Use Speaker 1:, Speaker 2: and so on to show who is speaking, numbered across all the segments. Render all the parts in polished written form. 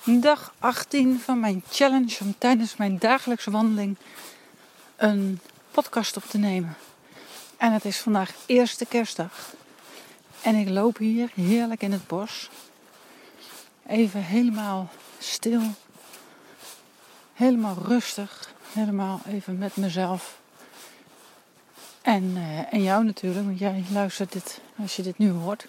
Speaker 1: Dag 18 van mijn challenge om tijdens mijn dagelijkse wandeling een podcast op te nemen. En het is vandaag eerste kerstdag. En ik loop hier heerlijk in het bos. Even helemaal stil. Helemaal rustig. Helemaal even met mezelf. En jou natuurlijk, want jij luistert dit als je dit nu hoort.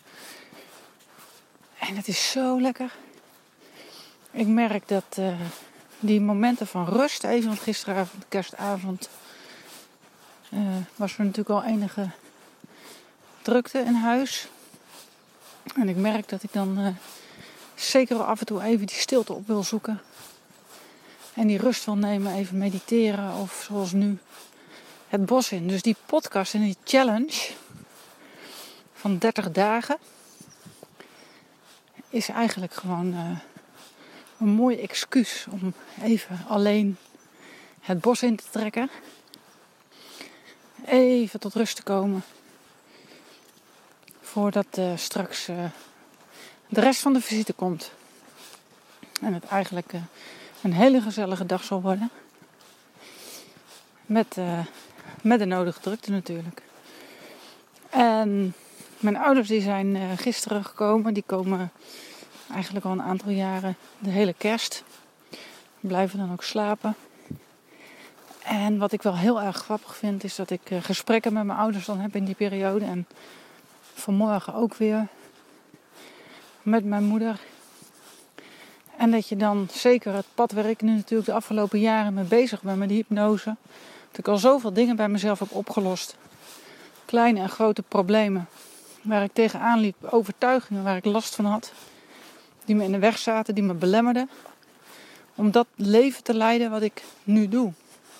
Speaker 1: En het is zo lekker. Ik merk dat die momenten van rust, even, want gisteravond, kerstavond, was er natuurlijk al enige drukte in huis. En ik merk dat ik dan zeker wel af en toe even die stilte op wil zoeken. En die rust wil nemen, even mediteren of zoals nu het bos in. Dus die podcast en die challenge van 30 dagen is eigenlijk gewoon een mooi excuus om even alleen het bos in te trekken. Even tot rust te komen. Voordat straks de rest van de visite komt. En het eigenlijk een hele gezellige dag zal worden. Met de nodige drukte natuurlijk. En mijn ouders die zijn gisteren gekomen. Die komen eigenlijk al een aantal jaren de hele kerst. Blijven dan ook slapen. En wat ik wel heel erg grappig vind is dat ik gesprekken met mijn ouders dan heb in die periode. En vanmorgen ook weer met mijn moeder. En dat je dan zeker het pad waar ik nu natuurlijk de afgelopen jaren mee bezig ben met die hypnose. Dat ik al zoveel dingen bij mezelf heb opgelost. Kleine en grote problemen. Waar ik tegenaan liep. Overtuigingen waar ik last van had. Die me in de weg zaten, die me belemmerden. Om dat leven te leiden wat ik nu doe.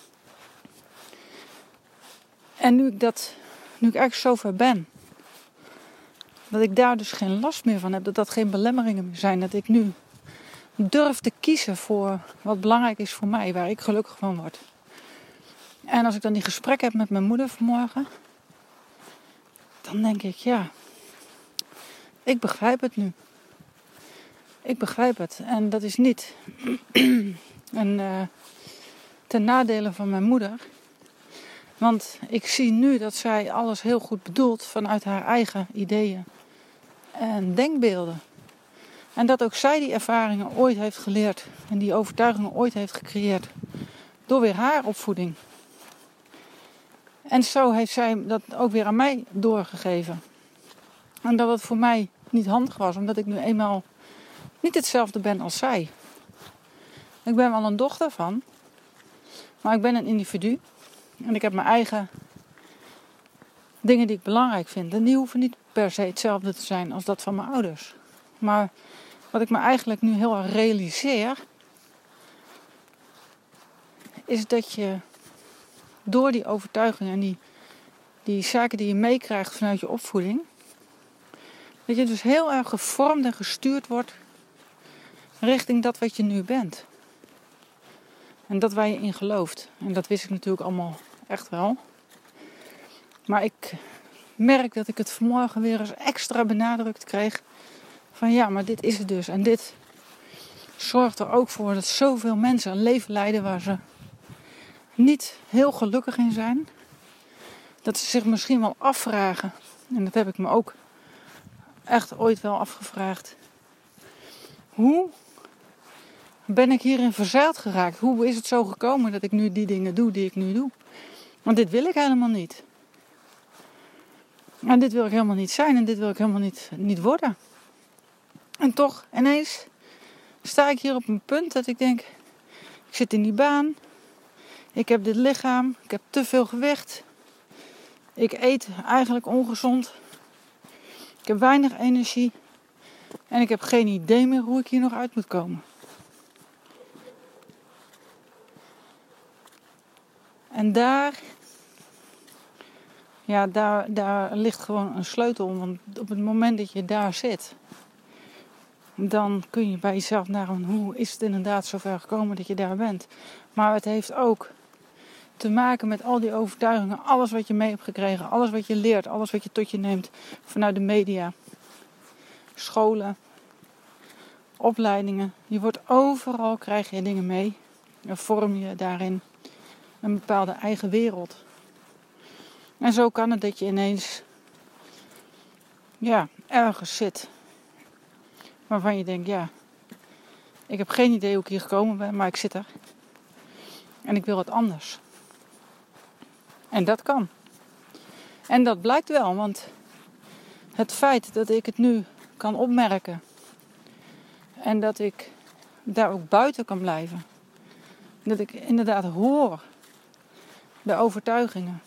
Speaker 1: En nu ik eigenlijk zover ben. Dat ik daar dus geen last meer van heb. Dat dat geen belemmeringen meer zijn. Dat ik nu durf te kiezen voor wat belangrijk is voor mij. Waar ik gelukkig van word. En als ik dan die gesprek heb met mijn moeder vanmorgen. Dan denk ik, ja. Ik begrijp het nu. Ik begrijp het. En dat is niet ten nadele van mijn moeder. Want ik zie nu dat zij alles heel goed bedoelt vanuit haar eigen ideeën en denkbeelden. En dat ook zij die ervaringen ooit heeft geleerd en die overtuigingen ooit heeft gecreëerd door weer haar opvoeding. En zo heeft zij dat ook weer aan mij doorgegeven. En dat het voor mij niet handig was, omdat ik nu eenmaal niet hetzelfde ben als zij. Ik ben wel een dochter van, maar ik ben een individu. En ik heb mijn eigen dingen die ik belangrijk vind. En die hoeven niet per se hetzelfde te zijn als dat van mijn ouders. Maar wat ik me eigenlijk nu heel erg realiseer, is dat je door die overtuigingen en die zaken die je meekrijgt vanuit je opvoeding, dat je dus heel erg gevormd en gestuurd wordt richting dat wat je nu bent. En dat waar je in gelooft. En dat wist ik natuurlijk allemaal echt wel. Maar ik merk dat ik het vanmorgen weer eens extra benadrukt kreeg. Van ja, maar dit is het dus. En dit zorgt er ook voor dat zoveel mensen een leven leiden waar ze niet heel gelukkig in zijn. Dat ze zich misschien wel afvragen. En dat heb ik me ook echt ooit wel afgevraagd. Hoe ben ik hierin verzeild geraakt? Hoe is het zo gekomen dat ik nu die dingen doe die ik nu doe? Want dit wil ik helemaal niet. En dit wil ik helemaal niet zijn en dit wil ik helemaal niet worden. En toch, ineens sta ik hier op een punt dat ik denk, ik zit in die baan. Ik heb dit lichaam, ik heb te veel gewicht. Ik eet eigenlijk ongezond. Ik heb weinig energie. En ik heb geen idee meer hoe ik hier nog uit moet komen. En daar ligt gewoon een sleutel. Want op het moment dat je daar zit, dan kun je bij jezelf nagaan, hoe is het inderdaad zover gekomen dat je daar bent. Maar het heeft ook te maken met al die overtuigingen. Alles wat je mee hebt gekregen, alles wat je leert, alles wat je tot je neemt vanuit de media, scholen, opleidingen. Je wordt overal, krijg je dingen mee. En vorm je daarin een bepaalde eigen wereld. En zo kan het dat je ineens ergens zit. Waarvan je denkt, ik heb geen idee hoe ik hier gekomen ben, maar ik zit er. En ik wil het anders. En dat kan. En dat blijkt wel, want het feit dat ik het nu kan opmerken. En dat ik daar ook buiten kan blijven. Dat ik inderdaad hoor de overtuigingen.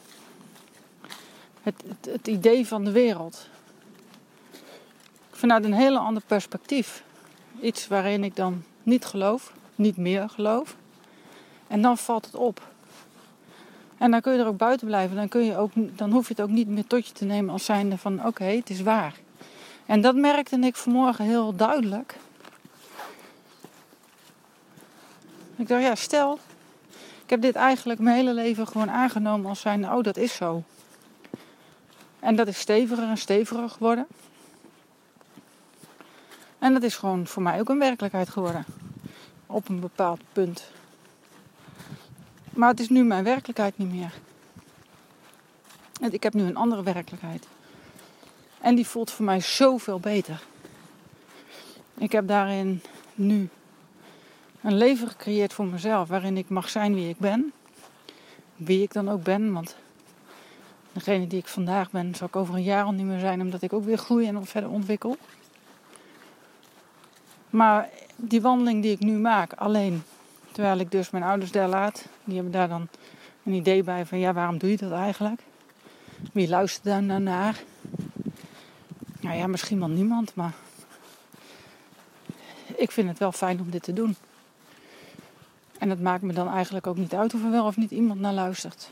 Speaker 1: Het idee van de wereld. Vanuit een hele ander perspectief. Iets waarin ik dan niet geloof, niet meer geloof. En dan valt het op. En dan kun je er ook buiten blijven. Dan hoef je het ook niet meer tot je te nemen als zijnde van oké, het is waar. En dat merkte ik vanmorgen heel duidelijk. Ik dacht, stel, ik heb dit eigenlijk mijn hele leven gewoon aangenomen als zijnde, dat is zo. En dat is steviger en steviger geworden. En dat is gewoon voor mij ook een werkelijkheid geworden. Op een bepaald punt. Maar het is nu mijn werkelijkheid niet meer. Ik heb nu een andere werkelijkheid. En die voelt voor mij zoveel beter. Ik heb daarin nu een leven gecreëerd voor mezelf. Waarin ik mag zijn wie ik ben. Wie ik dan ook ben. Want degene die ik vandaag ben, zal ik over een jaar al niet meer zijn. Omdat ik ook weer groei en verder ontwikkel. Maar die wandeling die ik nu maak, alleen. Terwijl ik dus mijn ouders daar laat. Die hebben daar dan een idee bij van waarom doe je dat eigenlijk? Wie luistert daar nou naar? Nou misschien wel niemand, maar ik vind het wel fijn om dit te doen. En het maakt me dan eigenlijk ook niet uit of er wel of niet iemand naar luistert.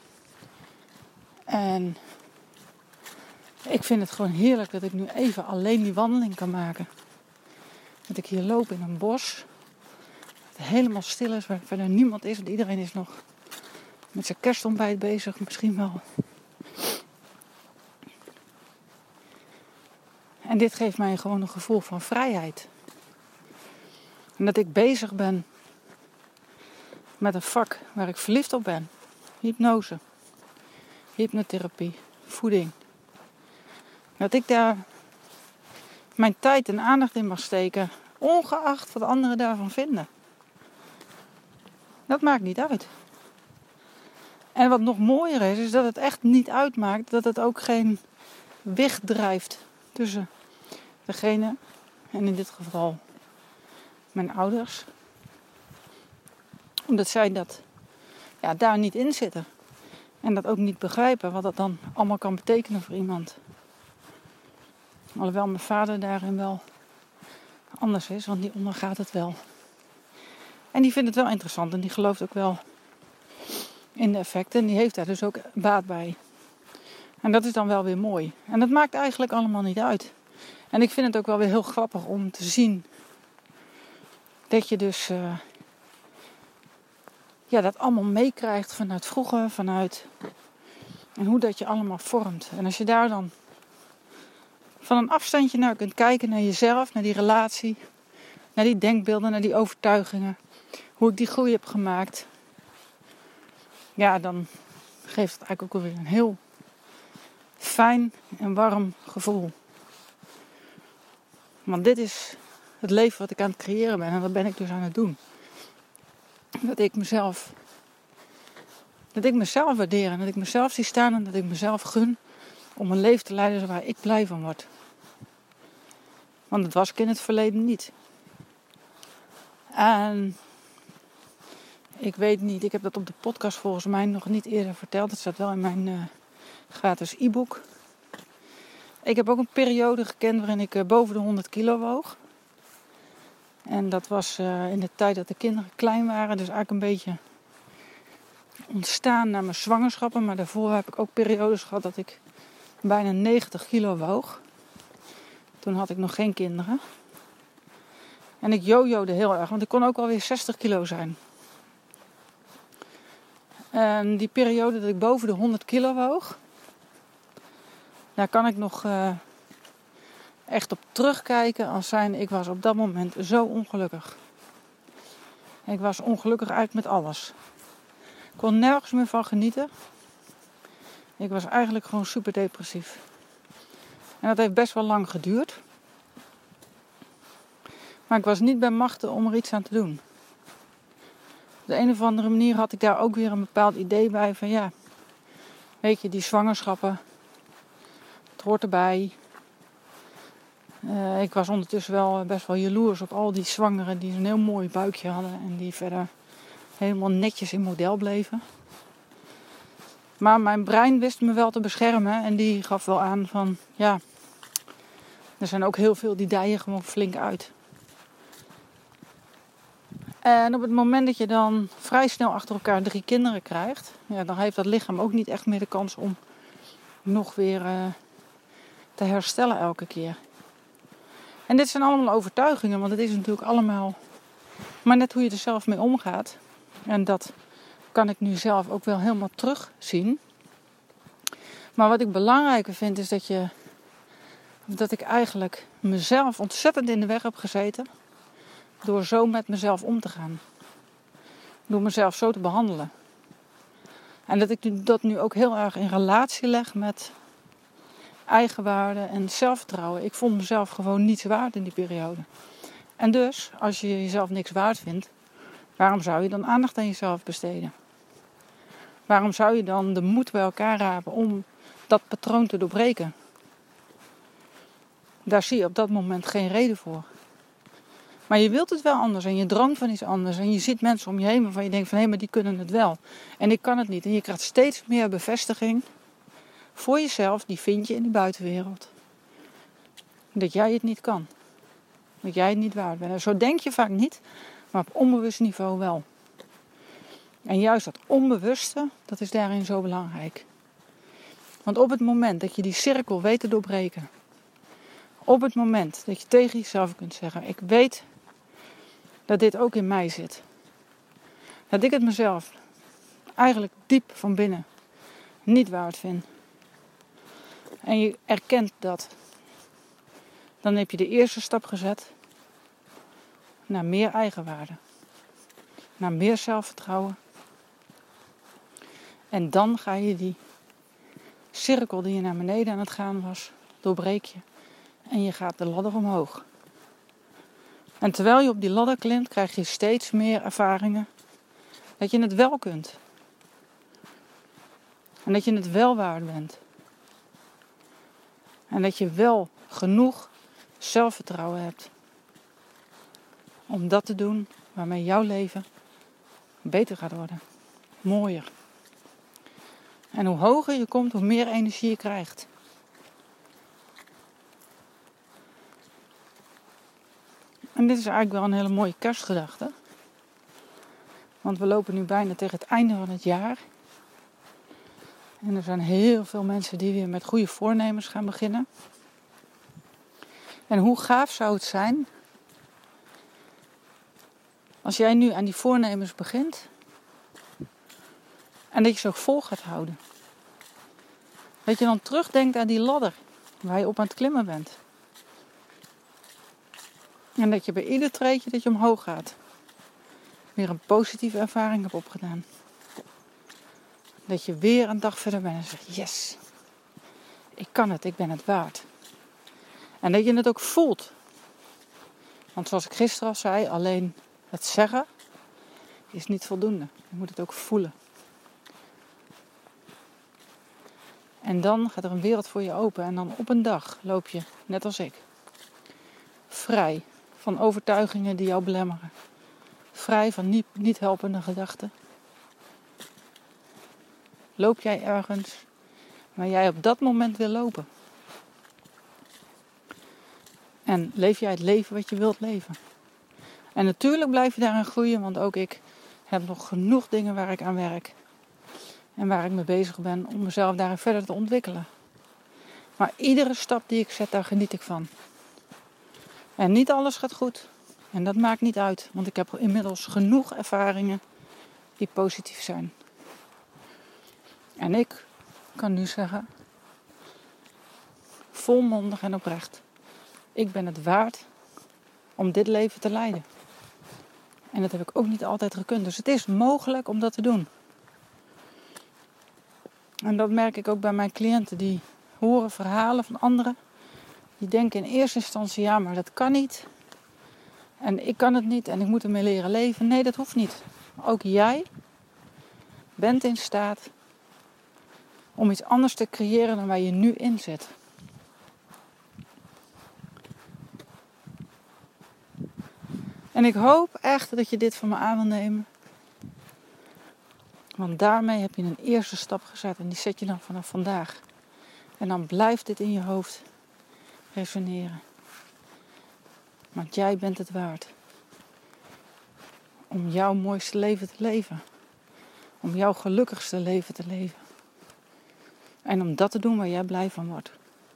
Speaker 1: En ik vind het gewoon heerlijk dat ik nu even alleen die wandeling kan maken. Dat ik hier loop in een bos. Dat het helemaal stil is, waar verder niemand is. Want iedereen is nog met zijn kerstontbijt bezig, misschien wel. En dit geeft mij gewoon een gevoel van vrijheid. En dat ik bezig ben met een vak waar ik verliefd op ben. Hypnose, hypnotherapie, voeding. Dat ik daar mijn tijd en aandacht in mag steken, ongeacht wat anderen daarvan vinden. Dat maakt niet uit. En wat nog mooier is dat het echt niet uitmaakt dat het ook geen wicht drijft tussen degene, en in dit geval mijn ouders, omdat zij dat daar niet in zitten. En dat ook niet begrijpen wat dat dan allemaal kan betekenen voor iemand. Alhoewel mijn vader daarin wel anders is, want die ondergaat het wel. En die vindt het wel interessant en die gelooft ook wel in de effecten. En die heeft daar dus ook baat bij. En dat is dan wel weer mooi. En dat maakt eigenlijk allemaal niet uit. En ik vind het ook wel weer heel grappig om te zien dat je dus dat allemaal meekrijgt vanuit vroeger, en hoe dat je allemaal vormt. En als je daar dan van een afstandje naar kunt kijken, naar jezelf, naar die relatie, naar die denkbeelden, naar die overtuigingen, hoe ik die groei heb gemaakt, dan geeft het eigenlijk ook weer een heel fijn en warm gevoel. Want dit is het leven wat ik aan het creëren ben en dat ben ik dus aan het doen. Dat ik mezelf waardeer en dat ik mezelf zie staan en dat ik mezelf gun om een leven te leiden waar ik blij van word. Want dat was ik in het verleden niet. En ik weet niet, ik heb dat op de podcast volgens mij nog niet eerder verteld. Het staat wel in mijn gratis e-book. Ik heb ook een periode gekend waarin ik boven de 100 kilo woog. En dat was in de tijd dat de kinderen klein waren. Dus eigenlijk een beetje ontstaan na mijn zwangerschappen. Maar daarvoor heb ik ook periodes gehad dat ik bijna 90 kilo woog. Toen had ik nog geen kinderen. En ik jojode heel erg, want ik kon ook alweer 60 kilo zijn. En die periode dat ik boven de 100 kilo woog, daar kan ik nog echt op terugkijken als zijn, ik was op dat moment zo ongelukkig. Ik was ongelukkig eigenlijk met alles. Ik kon nergens meer van genieten. Ik was eigenlijk gewoon super depressief. En dat heeft best wel lang geduurd. Maar ik was niet bij machten om er iets aan te doen. Op de een of andere manier had ik daar ook weer een bepaald idee bij van ja, weet je, die zwangerschappen, het hoort erbij. Ik was ondertussen wel best wel jaloers op al die zwangeren die een heel mooi buikje hadden en die verder helemaal netjes in model bleven. Maar mijn brein wist me wel te beschermen en die gaf wel aan van ja, er zijn ook heel veel die dijen gewoon flink uit. En op het moment dat je dan vrij snel achter elkaar 3 kinderen krijgt, ja, dan heeft dat lichaam ook niet echt meer de kans om nog weer te herstellen elke keer. En dit zijn allemaal overtuigingen, want het is natuurlijk allemaal maar net hoe je er zelf mee omgaat. En dat kan ik nu zelf ook wel helemaal terugzien. Maar wat ik belangrijker vind is dat ik eigenlijk mezelf ontzettend in de weg heb gezeten door zo met mezelf om te gaan. Door mezelf zo te behandelen. En dat ik dat nu ook heel erg in relatie leg met eigenwaarde en zelfvertrouwen. Ik vond mezelf gewoon niets waard in die periode. En dus, als je jezelf niks waard vindt, waarom zou je dan aandacht aan jezelf besteden? Waarom zou je dan de moed bij elkaar rapen om dat patroon te doorbreken? Daar zie je op dat moment geen reden voor. Maar je wilt het wel anders en je droomt van iets anders. En je ziet mensen om je heen waarvan je denkt van hé, maar die kunnen het wel. En ik kan het niet. En je krijgt steeds meer bevestiging voor jezelf, die vind je in de buitenwereld. Dat jij het niet kan. Dat jij het niet waard bent. En zo denk je vaak niet, maar op onbewust niveau wel. En juist dat onbewuste, dat is daarin zo belangrijk. Want op het moment dat je die cirkel weet te doorbreken. Op het moment dat je tegen jezelf kunt zeggen, ik weet dat dit ook in mij zit. Dat ik het mezelf eigenlijk diep van binnen niet waard vind. En je erkent dat. Dan heb je de eerste stap gezet naar meer eigenwaarde. Naar meer zelfvertrouwen. En dan ga je die cirkel die je naar beneden aan het gaan was, doorbreek je. En je gaat de ladder omhoog. En terwijl je op die ladder klimt, krijg je steeds meer ervaringen dat je het wel kunt. En dat je het wel waard bent. En dat je wel genoeg zelfvertrouwen hebt om dat te doen waarmee jouw leven beter gaat worden. Mooier. En hoe hoger je komt, hoe meer energie je krijgt. En dit is eigenlijk wel een hele mooie kerstgedachte. Want we lopen nu bijna tegen het einde van het jaar. En er zijn heel veel mensen die weer met goede voornemens gaan beginnen. En hoe gaaf zou het zijn als jij nu aan die voornemens begint en dat je ze ook vol gaat houden. Dat je dan terugdenkt aan die ladder waar je op aan het klimmen bent. En dat je bij ieder treedje dat je omhoog gaat weer een positieve ervaring hebt opgedaan. Dat je weer een dag verder bent en zegt, yes, ik kan het, ik ben het waard. En dat je het ook voelt. Want zoals ik gisteren al zei, alleen het zeggen is niet voldoende. Je moet het ook voelen. En dan gaat er een wereld voor je open. En dan op een dag loop je, net als ik, vrij van overtuigingen die jou belemmeren. Vrij van niet helpende gedachten. Loop jij ergens waar jij op dat moment wil lopen. En leef jij het leven wat je wilt leven. En natuurlijk blijf je daarin groeien, want ook ik heb nog genoeg dingen waar ik aan werk. En waar ik mee bezig ben om mezelf daarin verder te ontwikkelen. Maar iedere stap die ik zet, daar geniet ik van. En niet alles gaat goed. En dat maakt niet uit, want ik heb inmiddels genoeg ervaringen die positief zijn. En ik kan nu zeggen, volmondig en oprecht, Ik ben het waard om dit leven te leiden. En dat heb ik ook niet altijd gekund. Dus het is mogelijk om dat te doen. En dat merk ik ook bij mijn cliënten. Die horen verhalen van anderen. Die denken in eerste instantie, ja, maar dat kan niet. En ik kan het niet en ik moet ermee leren leven. Nee, dat hoeft niet. Ook jij bent in staat om iets anders te creëren dan waar je nu in zit. En ik hoop echt dat je dit van me aan wil nemen. Want daarmee heb je een eerste stap gezet. En die zet je dan vanaf vandaag. En dan blijft dit in je hoofd resoneren. Want jij bent het waard. Om jouw mooiste leven te leven. Om jouw gelukkigste leven te leven. En om dat te doen waar jij blij van wordt.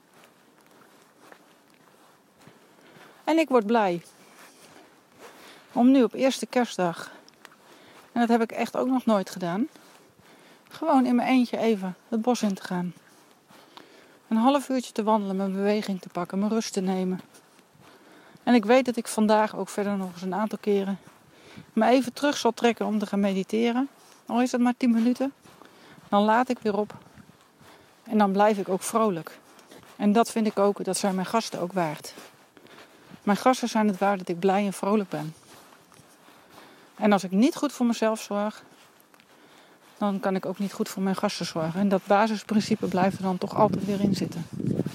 Speaker 1: En ik word blij. Om nu op eerste kerstdag. En dat heb ik echt ook nog nooit gedaan. Gewoon in mijn eentje even het bos in te gaan. Een half uurtje te wandelen, mijn beweging te pakken, mijn rust te nemen. En ik weet dat ik vandaag ook verder nog eens een aantal keren me even terug zal trekken om te gaan mediteren. Al is het maar 10 minuten. Dan laat ik weer op. En dan blijf ik ook vrolijk. En dat vind ik ook, dat zijn mijn gasten ook waard. Mijn gasten zijn het waard dat ik blij en vrolijk ben. En als ik niet goed voor mezelf zorg, dan kan ik ook niet goed voor mijn gasten zorgen. En dat basisprincipe blijft er dan toch altijd weer in zitten.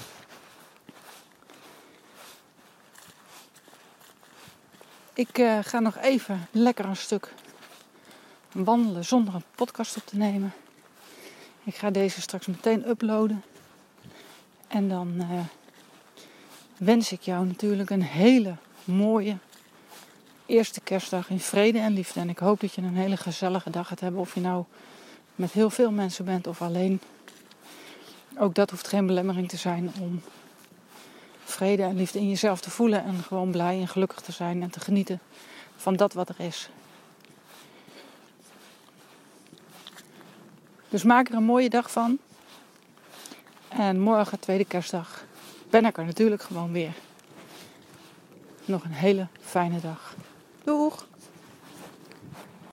Speaker 1: Ik ga nog even lekker een stuk wandelen zonder een podcast op te nemen. Ik ga deze straks meteen uploaden. En dan wens ik jou natuurlijk een hele mooie eerste kerstdag in vrede en liefde. En ik hoop dat je een hele gezellige dag gaat hebben. Of je nou met heel veel mensen bent of alleen. Ook dat hoeft geen belemmering te zijn om vrede en liefde in jezelf te voelen. En gewoon blij en gelukkig te zijn en te genieten van dat wat er is. Dus maak er een mooie dag van. En morgen, tweede kerstdag, ben ik er natuurlijk gewoon weer. Nog een hele fijne dag. Doeg!